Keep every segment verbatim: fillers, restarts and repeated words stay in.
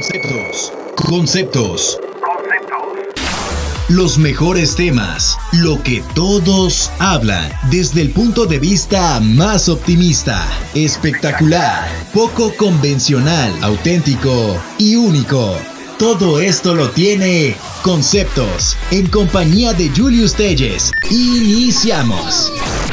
Conceptos. Conceptos. Los mejores temas, lo que todos hablan, desde el punto de vista más optimista, espectacular, poco convencional, auténtico y único. Todo esto lo tiene Conceptos, en compañía de Julius Telles. Iniciamos.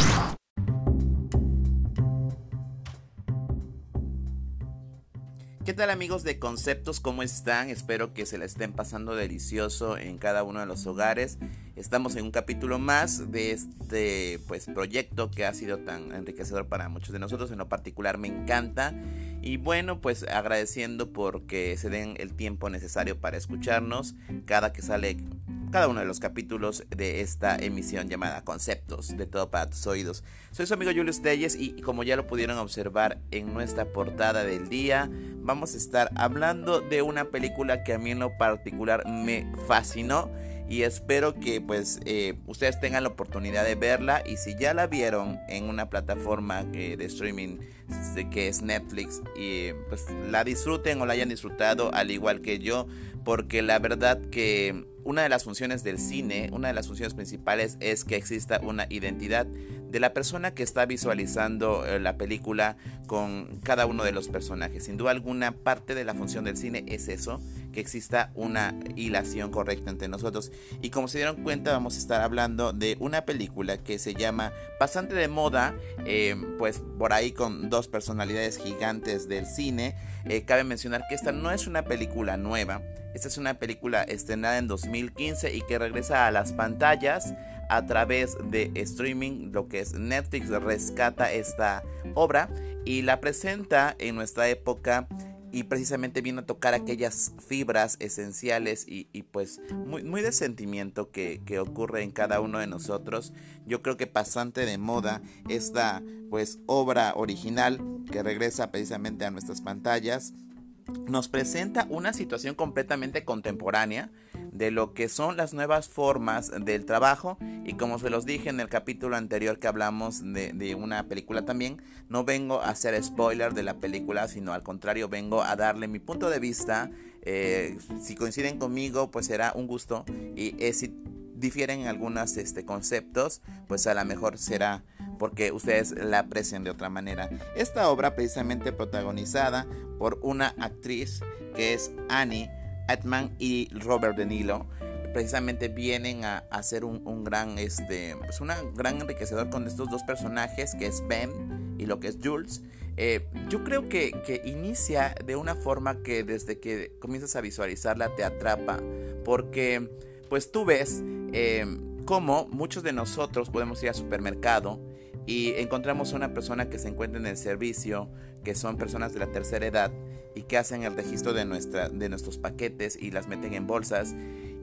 ¿Qué tal, amigos de Conceptos? ¿Cómo están? Espero que se la estén pasando delicioso en cada uno de los hogares. Estamos en un capítulo más de este pues proyecto que ha sido tan enriquecedor para muchos de nosotros. En lo particular me encanta. Y bueno, pues agradeciendo porque se den el tiempo necesario para escucharnos cada que sale cada uno de los capítulos de esta emisión llamada Conceptos, de todo para tus oídos. Soy su amigo Julius Telles y como ya lo pudieron observar en nuestra portada del día, vamos a estar hablando de una película que a mí en lo particular me fascinó. Y espero que pues eh, ustedes tengan la oportunidad de verla. Y si ya la vieron en una plataforma eh, de streaming que es Netflix, y pues la disfruten o la hayan disfrutado al igual que yo, porque la verdad que una de las funciones del cine, una de las funciones principales es que exista una identidad de la persona que está visualizando eh, la película con cada uno de los personajes. Sin duda alguna, parte de la función del cine es eso, que exista una hilación correcta entre nosotros. Y como se dieron cuenta, vamos a estar hablando de una película que se llama Pasante de Moda, eh, pues por ahí con dos personalidades gigantes del cine. Eh, cabe mencionar que esta no es una película nueva. Esta es una película estrenada en dos mil quince y que regresa a las pantallas a través de streaming. Lo que es Netflix rescata esta obra y la presenta en nuestra época, y precisamente viene a tocar aquellas fibras esenciales y, y pues muy, muy de sentimiento que, que ocurre en cada uno de nosotros. Yo creo que Pasante de Moda, esta pues obra original que regresa precisamente a nuestras pantallas, nos presenta una situación completamente contemporánea de lo que son las nuevas formas del trabajo. Y como se los dije en el capítulo anterior que hablamos de, de una película también, no vengo a hacer spoiler de la película, sino al contrario vengo a darle mi punto de vista. Eh, si coinciden conmigo pues será un gusto, y eh, si difieren en algunos este, conceptos pues a lo mejor será porque ustedes la aprecian de otra manera. Esta obra precisamente protagonizada por una actriz que es Annie Edman y Robert De Niro, precisamente vienen a, a hacer un, un gran este pues una gran enriquecedor con estos dos personajes, que es Ben y lo que es Jules. Eh, yo creo que, que inicia de una forma que desde que comienzas a visualizarla te atrapa, porque pues tú ves eh, cómo muchos de nosotros podemos ir al supermercado y encontramos a una persona que se encuentra en el servicio, que son personas de la tercera edad y que hacen el registro de, nuestra, de nuestros paquetes y las meten en bolsas.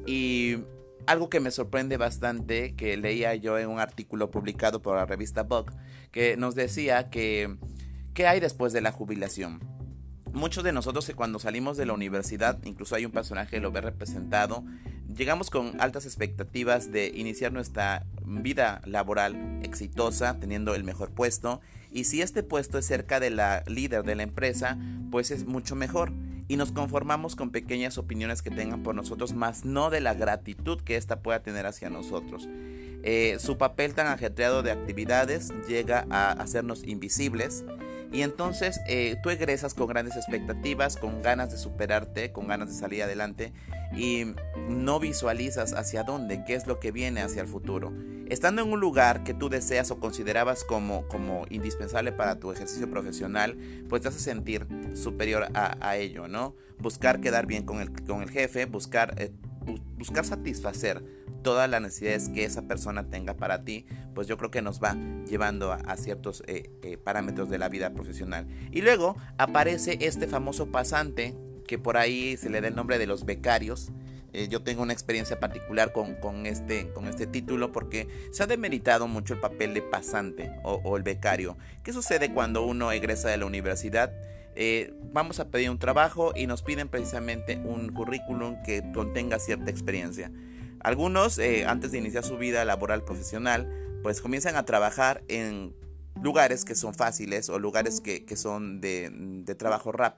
Y algo que me sorprende bastante, que leía yo en un artículo publicado por la revista Vogue, que nos decía que ¿qué hay después de la jubilación? Muchos de nosotros que cuando salimos de la universidad, incluso hay un personaje que lo ve representado, llegamos con altas expectativas de iniciar nuestra vida laboral exitosa, teniendo el mejor puesto, y si este puesto es cerca de la líder de la empresa, pues es mucho mejor, y nos conformamos con pequeñas opiniones que tengan por nosotros, más no de la gratitud que ésta pueda tener hacia nosotros. Eh, su papel tan ajetreado de actividades llega a hacernos invisibles. Y entonces eh, tú egresas con grandes expectativas, con ganas de superarte, con ganas de salir adelante, y no visualizas hacia dónde, qué es lo que viene hacia el futuro. Estando en un lugar que tú deseas o considerabas como, como indispensable para tu ejercicio profesional, pues te hace sentir superior a, a ello, ¿no? Buscar quedar bien con el, con el jefe, buscar, eh, bu- buscar satisfacer todas las necesidades que esa persona tenga para ti, pues yo creo que nos va llevando a, a ciertos eh, eh, parámetros de la vida profesional. Y luego aparece este famoso pasante, que por ahí se le da el nombre de los becarios. Eh, yo tengo una experiencia particular con, con, este, con este título, porque se ha demeritado mucho el papel de pasante o, o el becario. ¿Qué sucede cuando uno egresa de la universidad? Eh, vamos a pedir un trabajo y nos piden precisamente un currículum que contenga cierta experiencia. Algunos, eh, antes de iniciar su vida laboral profesional, pues comienzan a trabajar en lugares que son fáciles o lugares que, que son de, de trabajo rápido,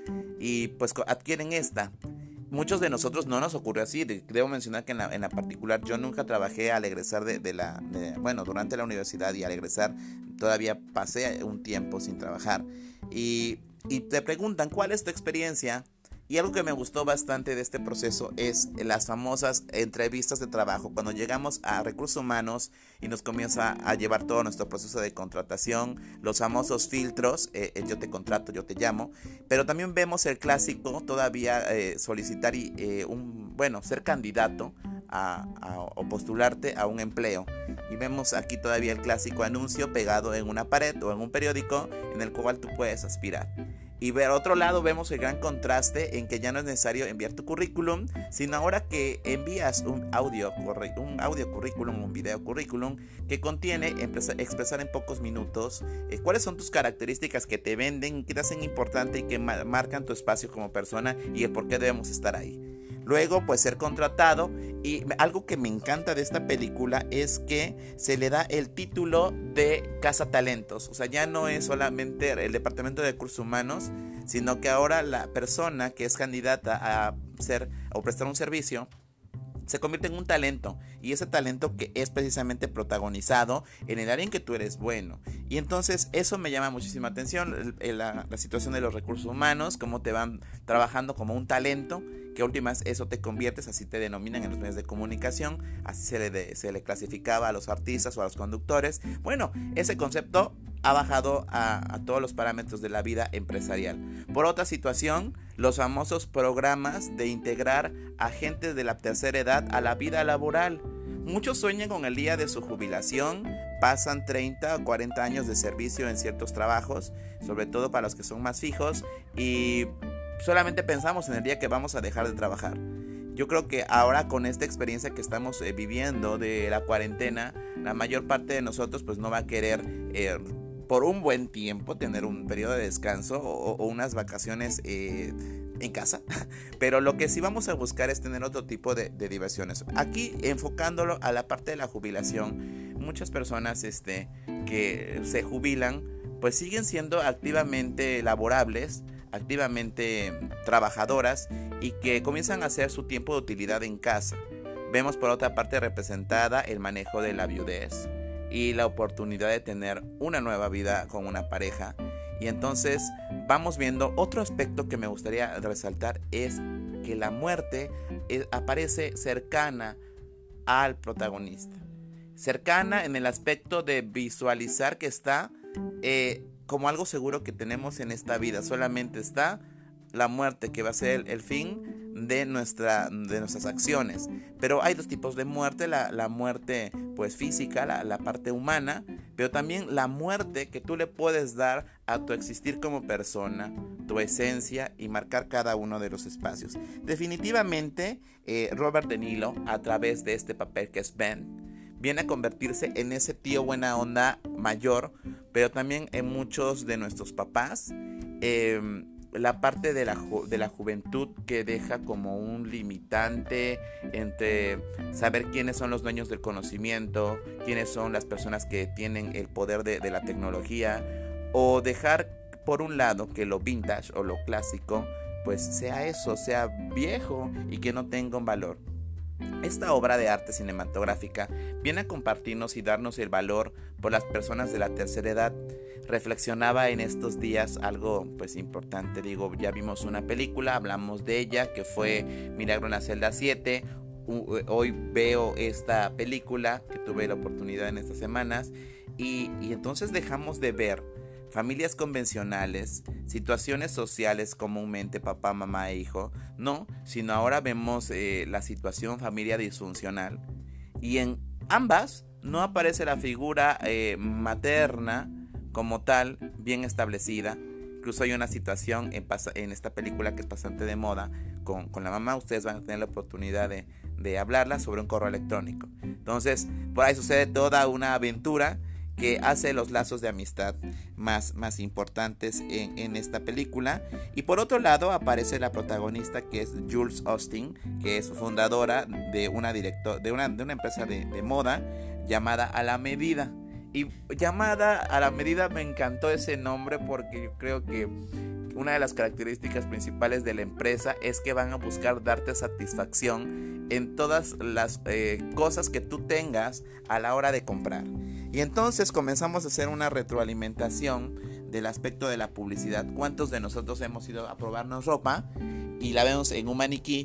y pues adquieren esta. Muchos de nosotros no nos ocurrió así. Debo mencionar que en la, en la particular yo nunca trabajé al egresar de, de la, de, bueno, durante la universidad, y al egresar todavía pasé un tiempo sin trabajar. Y, y te preguntan, ¿cuál es tu experiencia? Y algo que me gustó bastante de este proceso es las famosas entrevistas de trabajo. Cuando llegamos a recursos humanos y nos comienza a llevar todo nuestro proceso de contratación, los famosos filtros, eh, yo te contrato, yo te llamo. Pero también vemos el clásico todavía eh, solicitar y, eh, un, bueno, ser candidato a, a, o postularte a un empleo. Y vemos aquí todavía el clásico anuncio pegado en una pared o en un periódico en el cual tú puedes aspirar. Y por otro lado vemos el gran contraste en que ya no es necesario enviar tu currículum, sino ahora que envías un audio, un audio currículum, un video currículum que contiene expresar en pocos minutos eh, cuáles son tus características que te venden, que te hacen importante y que ma- marcan tu espacio como persona y el por qué debemos estar ahí. Luego, pues ser contratado, y algo que me encanta de esta película es que se le da el título de cazatalentos. O sea, ya no es solamente el departamento de recursos humanos, sino que ahora la persona que es candidata a ser o prestar un servicio se convierte en un talento, y ese talento que es precisamente protagonizado en el área en que tú eres bueno. Y entonces eso me llama muchísima atención, la, la situación de los recursos humanos, cómo te van trabajando como un talento, que últimas eso te conviertes, así te denominan en los medios de comunicación, así se le, de, se le clasificaba a los artistas o a los conductores. Bueno, ese concepto ha bajado a, a todos los parámetros de la vida empresarial. Por otra situación, los famosos programas de integrar a gente de la tercera edad a la vida laboral. Muchos sueñan con el día de su jubilación, pasan treinta o cuarenta años de servicio en ciertos trabajos, sobre todo para los que son más fijos, y solamente pensamos en el día que vamos a dejar de trabajar. Yo creo que ahora, con esta experiencia que estamos eh, viviendo de la cuarentena, la mayor parte de nosotros pues no va a querer eh, por un buen tiempo tener un periodo de descanso o, o unas vacaciones eh, en casa, pero lo que sí vamos a buscar es tener otro tipo de, de diversiones. Aquí, enfocándolo a la parte de la jubilación, muchas personas este, que se jubilan pues siguen siendo activamente laborables, activamente trabajadoras, y que comienzan a hacer su tiempo de utilidad en casa. Vemos por otra parte representada el manejo de la viudez y la oportunidad de tener una nueva vida con una pareja. Y entonces vamos viendo otro aspecto que me gustaría resaltar, es que la muerte eh, aparece cercana al protagonista, cercana en el aspecto de visualizar que está eh, como algo seguro que tenemos en esta vida. Solamente está la muerte, que va a ser el, el fin de, nuestra, de nuestras acciones. Pero hay dos tipos de muerte: la, la muerte pues física, la, la parte humana, pero también la muerte que tú le puedes dar a tu existir como persona, tu esencia, y marcar cada uno de los espacios. Definitivamente eh, Robert De Niro, a través de este papel que es Ben, viene a convertirse en ese tío buena onda mayor, pero también en muchos de nuestros papás. Eh, la parte de la, ju- de la juventud, que deja como un limitante entre saber quiénes son los dueños del conocimiento, quiénes son las personas que tienen el poder de, de la tecnología, o dejar por un lado que lo vintage o lo clásico pues sea eso, sea viejo y que no tenga un valor. Esta obra de arte cinematográfica viene a compartirnos y darnos el valor por las personas de la tercera edad. Reflexionaba en estos días algo pues importante. Digo, ya vimos una película, hablamos de ella, que fue Milagro en la celda siete. Hoy veo esta película que tuve la oportunidad en estas semanas, y, y entonces dejamos de ver familias convencionales, situaciones sociales comúnmente papá, mamá e hijo, no, sino ahora vemos eh, la situación familia disfuncional, y en ambas no aparece la figura eh, materna como tal, bien establecida. Incluso hay una situación en, en esta película que es bastante de moda con, con la mamá. Ustedes van a tener la oportunidad de, de hablarla sobre un correo electrónico. Entonces, por ahí sucede toda una aventura que hace los lazos de amistad más, más importantes en, en esta película. Y por otro lado aparece la protagonista, que es Jules Austin, que es fundadora de una, director, de una, de una empresa de, de moda llamada A la Medida. Y llamada A la Medida, me encantó ese nombre porque yo creo que una de las características principales de la empresa es que van a buscar darte satisfacción en todas las eh, cosas que tú tengas a la hora de comprar. Y entonces comenzamos a hacer una retroalimentación del aspecto de la publicidad. ¿Cuántos de nosotros hemos ido a probarnos ropa y la vemos en un maniquí?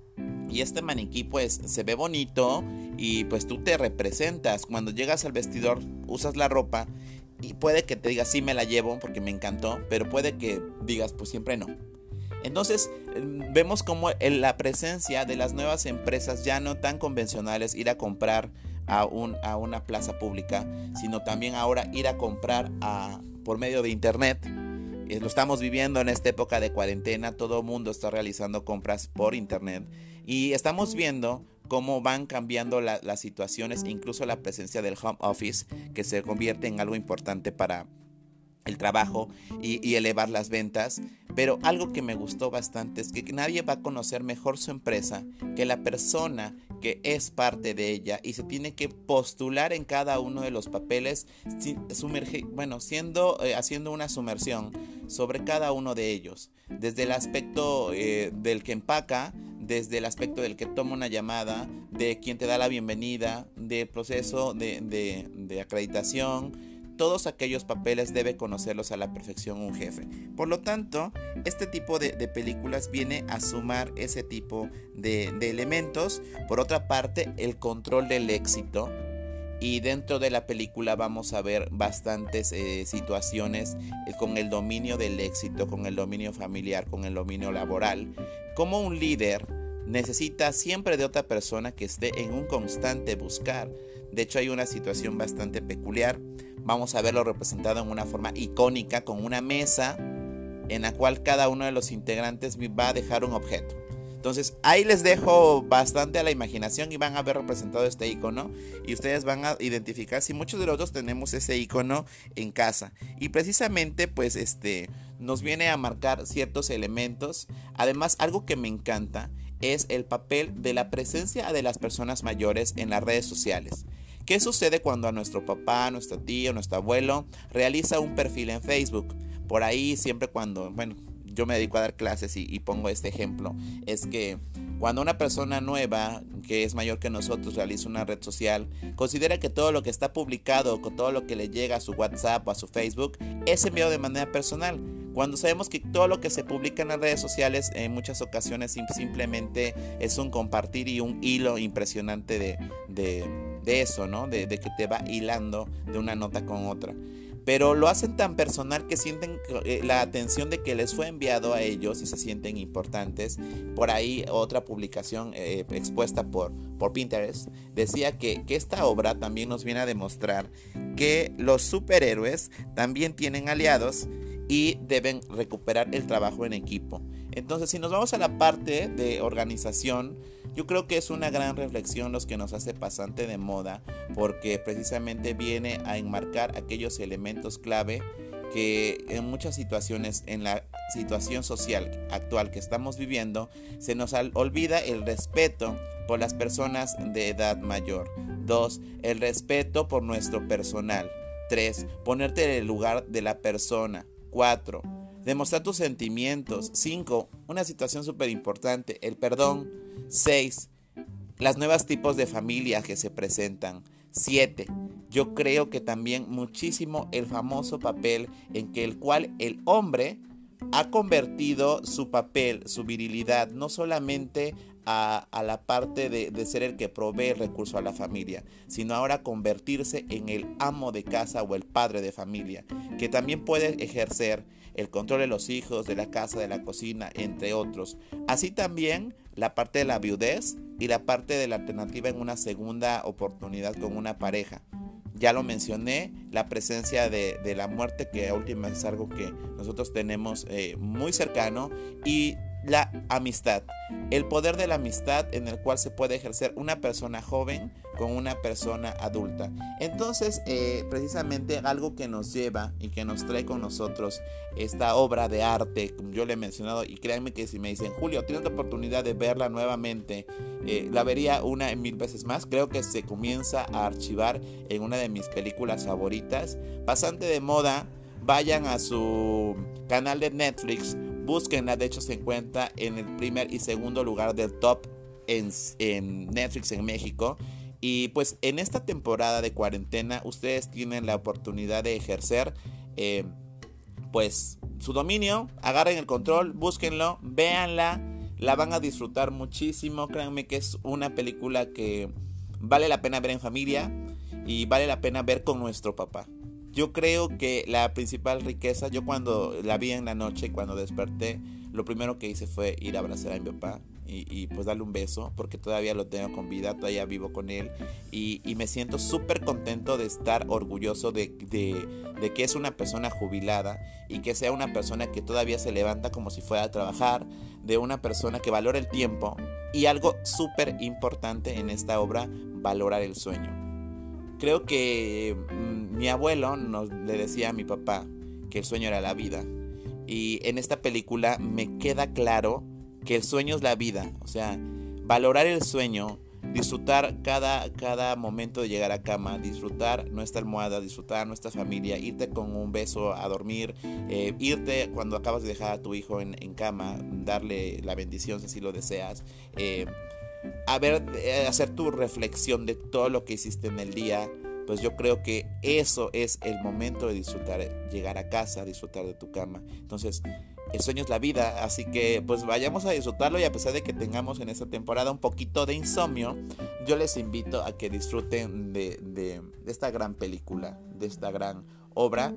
Y este maniquí pues se ve bonito y pues tú te representas. Cuando llegas al vestidor, usas la ropa y puede que te digas sí me la llevo porque me encantó, pero puede que digas pues siempre no. Entonces vemos como la presencia de las nuevas empresas ya no tan convencionales, ir a comprar a, un, a una plaza pública, sino también ahora ir a comprar a, por medio de internet. Eh, lo estamos viviendo en esta época de cuarentena, todo el mundo está realizando compras por internet y estamos viendo cómo van cambiando la, las situaciones, incluso la presencia del home office, que se convierte en algo importante para el trabajo y, y elevar las ventas. Pero algo que me gustó bastante es que nadie va a conocer mejor su empresa que la persona que es parte de ella y se tiene que postular en cada uno de los papeles, sumerge, bueno, siendo, eh, haciendo una sumersión sobre cada uno de ellos, desde el aspecto eh, del que empaca, desde el aspecto del que toma una llamada, de quien te da la bienvenida, del proceso de, de, de acreditación. Todos aquellos papeles debe conocerlos a la perfección un jefe. Por lo tanto, este tipo de, de películas viene a sumar ese tipo de, de elementos. Por otra parte, el control del éxito. Y dentro de la película vamos a ver bastantes eh, situaciones eh, con el dominio del éxito, con el dominio familiar, con el dominio laboral. Como un líder necesita siempre de otra persona que esté en un constante buscar. De hecho, hay una situación bastante peculiar. Vamos a verlo representado en una forma icónica con una mesa en la cual cada uno de los integrantes va a dejar un objeto. Entonces ahí les dejo bastante a la imaginación y van a ver representado este icono y ustedes van a identificar si muchos de nosotros tenemos ese icono en casa. Y precisamente pues este nos viene a marcar ciertos elementos. Además, algo que me encanta es el papel de la presencia de las personas mayores en las redes sociales. ¿Qué sucede cuando a nuestro papá, nuestro tío, nuestro abuelo realiza un perfil en Facebook? Por ahí siempre cuando, bueno, yo me dedico a dar clases y, y pongo este ejemplo, es que cuando una persona nueva que es mayor que nosotros realiza una red social, considera que todo lo que está publicado, con todo lo que le llega a su WhatsApp o a su Facebook, es enviado de manera personal. Cuando sabemos que todo lo que se publica en las redes sociales en muchas ocasiones simplemente es un compartir y un hilo impresionante de, de, de eso, ¿no? De, de que te va hilando de una nota con otra. Pero lo hacen tan personal que sienten la atención de que les fue enviado a ellos y se sienten importantes. Por ahí otra publicación eh, expuesta por, por Pinterest decía que, que esta obra también nos viene a demostrar que los superhéroes también tienen aliados y deben recuperar el trabajo en equipo. Entonces, si nos vamos a la parte de organización, yo creo que es una gran reflexión los que nos hace Pasante de Moda, porque precisamente viene a enmarcar aquellos elementos clave que en muchas situaciones, en la situación social actual que estamos viviendo, se nos olvida el respeto por las personas de edad mayor. Dos, el respeto por nuestro personal. Tres, ponerte en el lugar de la persona. Cuatro, demostrar tus sentimientos. Cinco, una situación súper importante, el perdón. Seis, las nuevos tipos de familia que se presentan. Siete, yo creo que también muchísimo el famoso papel en que el cual el hombre ha convertido su papel, su virilidad, no solamente a, a la parte de, de ser el que provee el recurso a la familia, sino ahora convertirse en el amo de casa o el padre de familia, que también puede ejercer el control de los hijos, de la casa, de la cocina, entre otros. Así también la parte de la viudez y la parte de la alternativa en una segunda oportunidad con una pareja. Ya lo mencioné, la presencia de, de la muerte, que a última es algo que nosotros tenemos eh, muy cercano, y la amistad, el poder de la amistad en el cual se puede ejercer una persona joven con una persona adulta. Entonces, eh, precisamente algo que nos lleva y que nos trae con nosotros esta obra de arte, como yo le he mencionado, y créanme que si me dicen, Julio, tienes la oportunidad de verla nuevamente, eh, la vería una y mil veces más. Creo que se comienza a archivar en una de mis películas favoritas. Pasante de Moda vayan a su canal de Netflix, búsquenla, de hecho se encuentra en el primer y segundo lugar del top en, en Netflix en México. Y pues en esta temporada de cuarentena ustedes tienen la oportunidad de ejercer eh, pues su dominio, agarren el control, búsquenlo, véanla, la van a disfrutar muchísimo. Créanme que es una película que vale la pena ver en familia y vale la pena ver con nuestro papá. Yo creo que la principal riqueza, yo cuando la vi en la noche, cuando desperté, lo primero que hice fue ir a abrazar a mi papá y, y pues darle un beso, porque todavía lo tengo con vida, todavía vivo con él, y, y me siento súper contento de estar orgulloso de, de, de que es una persona jubilada y que sea una persona que todavía se levanta como si fuera a trabajar, de una persona que valora el tiempo y algo súper importante en esta obra, valorar el sueño. Creo que mmm, mi abuelo nos, le decía a mi papá que el sueño era la vida. Y en esta película me queda claro que el sueño es la vida. O sea, valorar el sueño, disfrutar cada, cada momento de llegar a cama, disfrutar nuestra almohada, disfrutar nuestra familia, irte con un beso a dormir, eh, irte cuando acabas de dejar a tu hijo en, en cama, darle la bendición si así lo deseas. Eh, A ver, hacer tu reflexión de todo lo que hiciste en el día, pues yo creo que eso es el momento de disfrutar, llegar a casa, disfrutar de tu cama. Entonces, el sueño es la vida, así que pues vayamos a disfrutarlo, y a pesar de que tengamos en esta temporada un poquito de insomnio, yo les invito a que disfruten de, de, de esta gran película, de esta gran obra,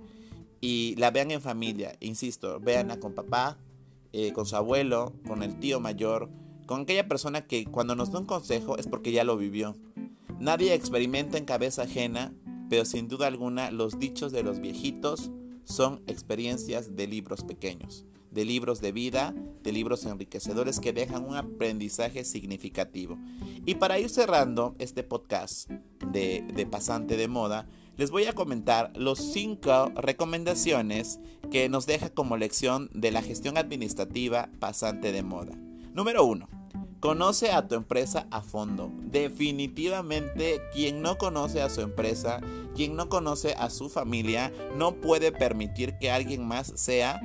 y la vean en familia. Insisto, véanla con papá, eh, con su abuelo, con el tío mayor, con aquella persona que cuando nos da un consejo es porque ya lo vivió. Nadie experimenta en cabeza ajena, pero sin duda alguna los dichos de los viejitos son experiencias de libros pequeños, de libros de vida, de libros enriquecedores que dejan un aprendizaje significativo. Y para ir cerrando este podcast de, de Pasante de Moda, les voy a comentar los cinco recomendaciones que nos deja como lección de la gestión administrativa Pasante de Moda. Número uno. Conoce a tu empresa a fondo. Definitivamente, quien no conoce a su empresa, quien no conoce a su familia, no puede permitir que alguien más sea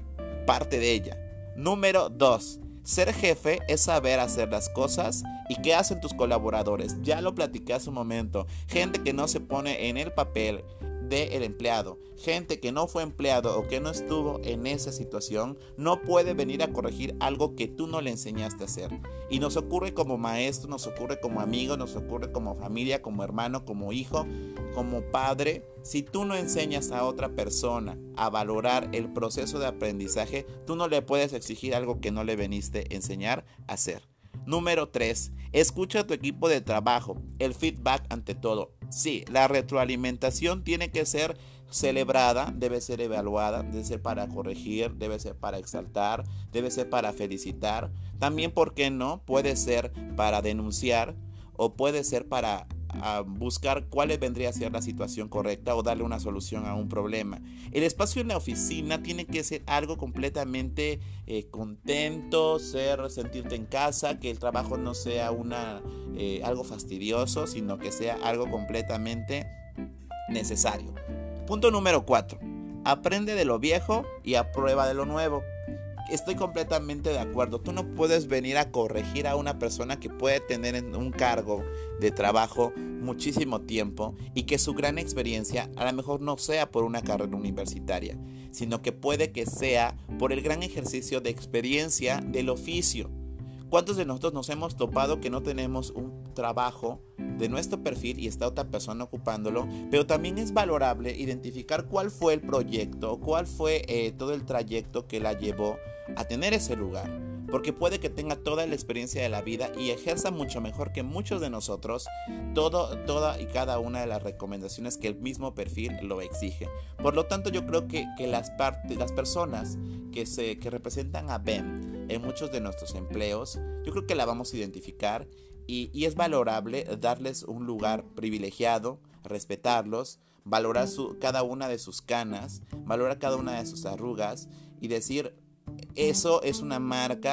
parte de ella. Número dos. Ser jefe es saber hacer las cosas y qué hacen tus colaboradores. Ya lo platiqué hace un momento. Gente que no se pone en el papel del empleado, gente que no fue empleado o que no estuvo en esa situación, no puede venir a corregir algo que tú no le enseñaste a hacer. Y nos ocurre como maestro, nos ocurre como amigo, nos ocurre como familia, como hermano, como hijo, como padre. Si tú no enseñas a otra persona a valorar el proceso de aprendizaje, tú no le puedes exigir algo que no le veniste a enseñar a hacer. Número tres. Escucha a tu equipo de trabajo. El feedback ante todo. Sí, la retroalimentación tiene que ser celebrada, debe ser evaluada, debe ser para corregir, debe ser para exaltar, debe ser para felicitar. También, ¿por qué no? Puede ser para denunciar o puede ser para a buscar cuál vendría a ser la situación correcta o darle una solución a un problema. El espacio en la oficina tiene que ser algo completamente eh, contento, ser, sentirte en casa, que el trabajo no sea una, eh, algo fastidioso, sino que sea algo completamente necesario. Punto número cuatro. Aprende de lo viejo y aprueba de lo nuevo. Estoy completamente de acuerdo. Tú no puedes venir a corregir a una persona que puede tener en un cargo de trabajo muchísimo tiempo y que su gran experiencia a lo mejor no sea por una carrera universitaria, sino que puede que sea por el gran ejercicio de experiencia del oficio. ¿Cuántos de nosotros nos hemos topado que no tenemos un trabajo de nuestro perfil y está otra persona ocupándolo? Pero también es valorable identificar cuál fue el proyecto, cuál fue eh, todo el trayecto que la llevó a tener ese lugar. Porque puede que tenga toda la experiencia de la vida y ejerza mucho mejor que muchos de nosotros todo, toda y cada una de las recomendaciones que el mismo perfil lo exige. Por lo tanto, yo creo que, que las, part- las personas que, se, que representan a B E M en muchos de nuestros empleos, yo creo que la vamos a identificar y, y es valorable darles un lugar privilegiado, respetarlos, valorar su, cada una de sus canas, valorar cada una de sus arrugas y decir: eso es una marca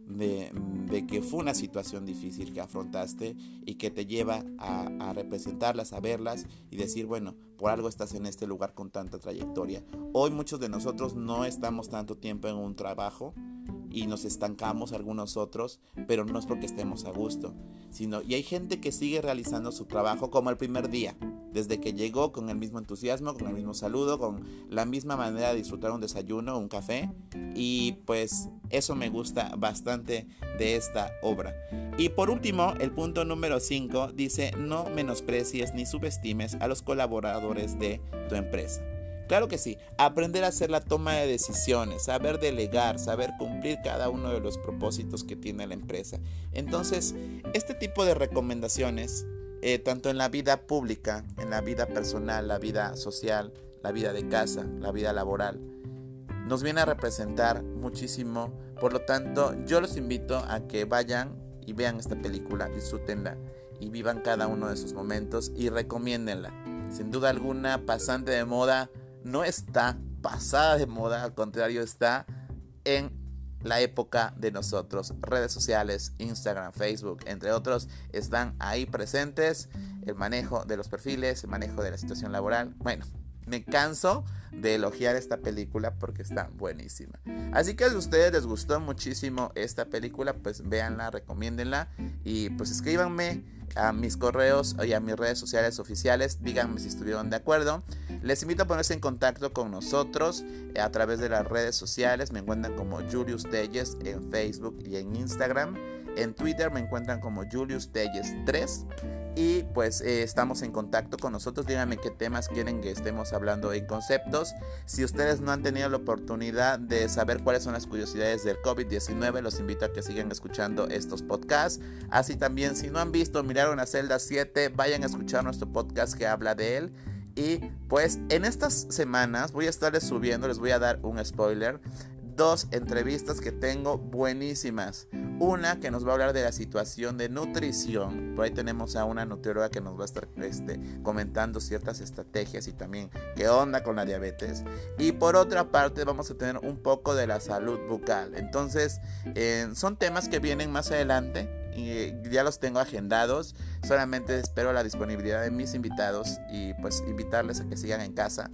de, de que fue una situación difícil que afrontaste y que te lleva a, a representarlas, a verlas y decir, bueno, por algo estás en este lugar con tanta trayectoria. Hoy muchos de nosotros no estamos tanto tiempo en un trabajo y nos estancamos algunos otros, pero no es porque estemos a gusto, sino, y hay gente que sigue realizando su trabajo como el primer día, desde que llegó, con el mismo entusiasmo, con el mismo saludo, con la misma manera de disfrutar un desayuno, un café, y pues eso me gusta bastante de esta obra. Y por último, el punto número cinco dice: no menosprecies ni subestimes a los colaboradores de tu empresa. Claro que sí, aprender a hacer la toma de decisiones, saber delegar, saber cumplir cada uno de los propósitos que tiene la empresa. Entonces, este tipo de recomendaciones, eh, tanto en la vida pública, en la vida personal, la vida social, la vida de casa, la vida laboral, nos viene a representar muchísimo. Por lo tanto, yo los invito a que vayan y vean esta película, disfrútenla y vivan cada uno de sus momentos y recomiéndenla. Sin duda alguna, pasante de moda, no está pasada de moda, al contrario, está en la época de nosotros. Redes sociales, Instagram, Facebook, entre otros, están ahí presentes. El manejo de los perfiles, el manejo de la situación laboral. Bueno, me canso de elogiar esta película porque está buenísima. Así que si a ustedes les gustó muchísimo esta película, pues véanla, recomiéndenla y pues escríbanme a mis correos y a mis redes sociales oficiales, díganme si estuvieron de acuerdo. Les invito a ponerse en contacto con nosotros a través de las redes sociales. Me encuentran como Julius Telles en Facebook y en Instagram. En Twitter me encuentran como Julius Telles tres. Y pues eh, estamos en contacto con nosotros. Díganme qué temas quieren que estemos hablando en Conceptos. Si ustedes no han tenido la oportunidad de saber cuáles son las curiosidades del COVID diecinueve, los invito a que sigan escuchando estos podcasts. Así también, si no han visto, miraron a Celda siete, vayan a escuchar nuestro podcast que habla de él. Y pues en estas semanas voy a estarles subiendo, les voy a dar un spoiler, dos entrevistas que tengo buenísimas. Una que nos va a hablar de la situación de nutrición. Por ahí tenemos a una nutrióloga que nos va a estar este, comentando ciertas estrategias y también qué onda con la diabetes. Y por otra parte vamos a tener un poco de la salud bucal. Entonces eh, son temas que vienen más adelante y ya los tengo agendados. Solamente espero la disponibilidad de mis invitados y pues invitarles a que sigan en casa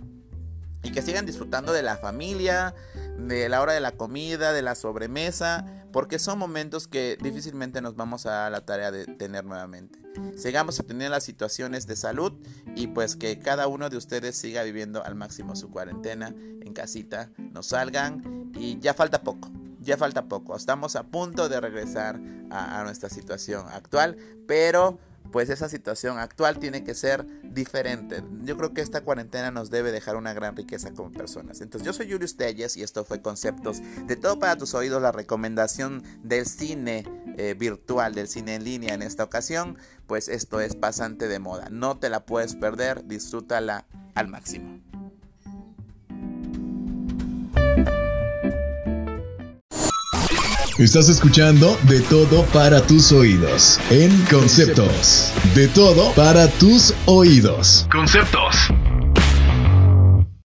y que sigan disfrutando de la familia, de la hora de la comida, de la sobremesa, porque son momentos que difícilmente nos vamos a la tarea de tener nuevamente. Sigamos atendiendo las situaciones de salud y pues que cada uno de ustedes siga viviendo al máximo su cuarentena en casita, no salgan y ya falta poco. Ya falta poco, estamos a punto de regresar a, a nuestra situación actual, pero pues esa situación actual tiene que ser diferente. Yo creo que esta cuarentena nos debe dejar una gran riqueza como personas. Entonces yo soy Julius Telles y esto fue Conceptos, de todo para tus oídos, la recomendación del cine eh, virtual, del cine en línea en esta ocasión. Pues esto es pasante de moda, no te la puedes perder, disfrútala al máximo. Estás escuchando De Todo para tus oídos en Conceptos. De todo para tus oídos. Conceptos.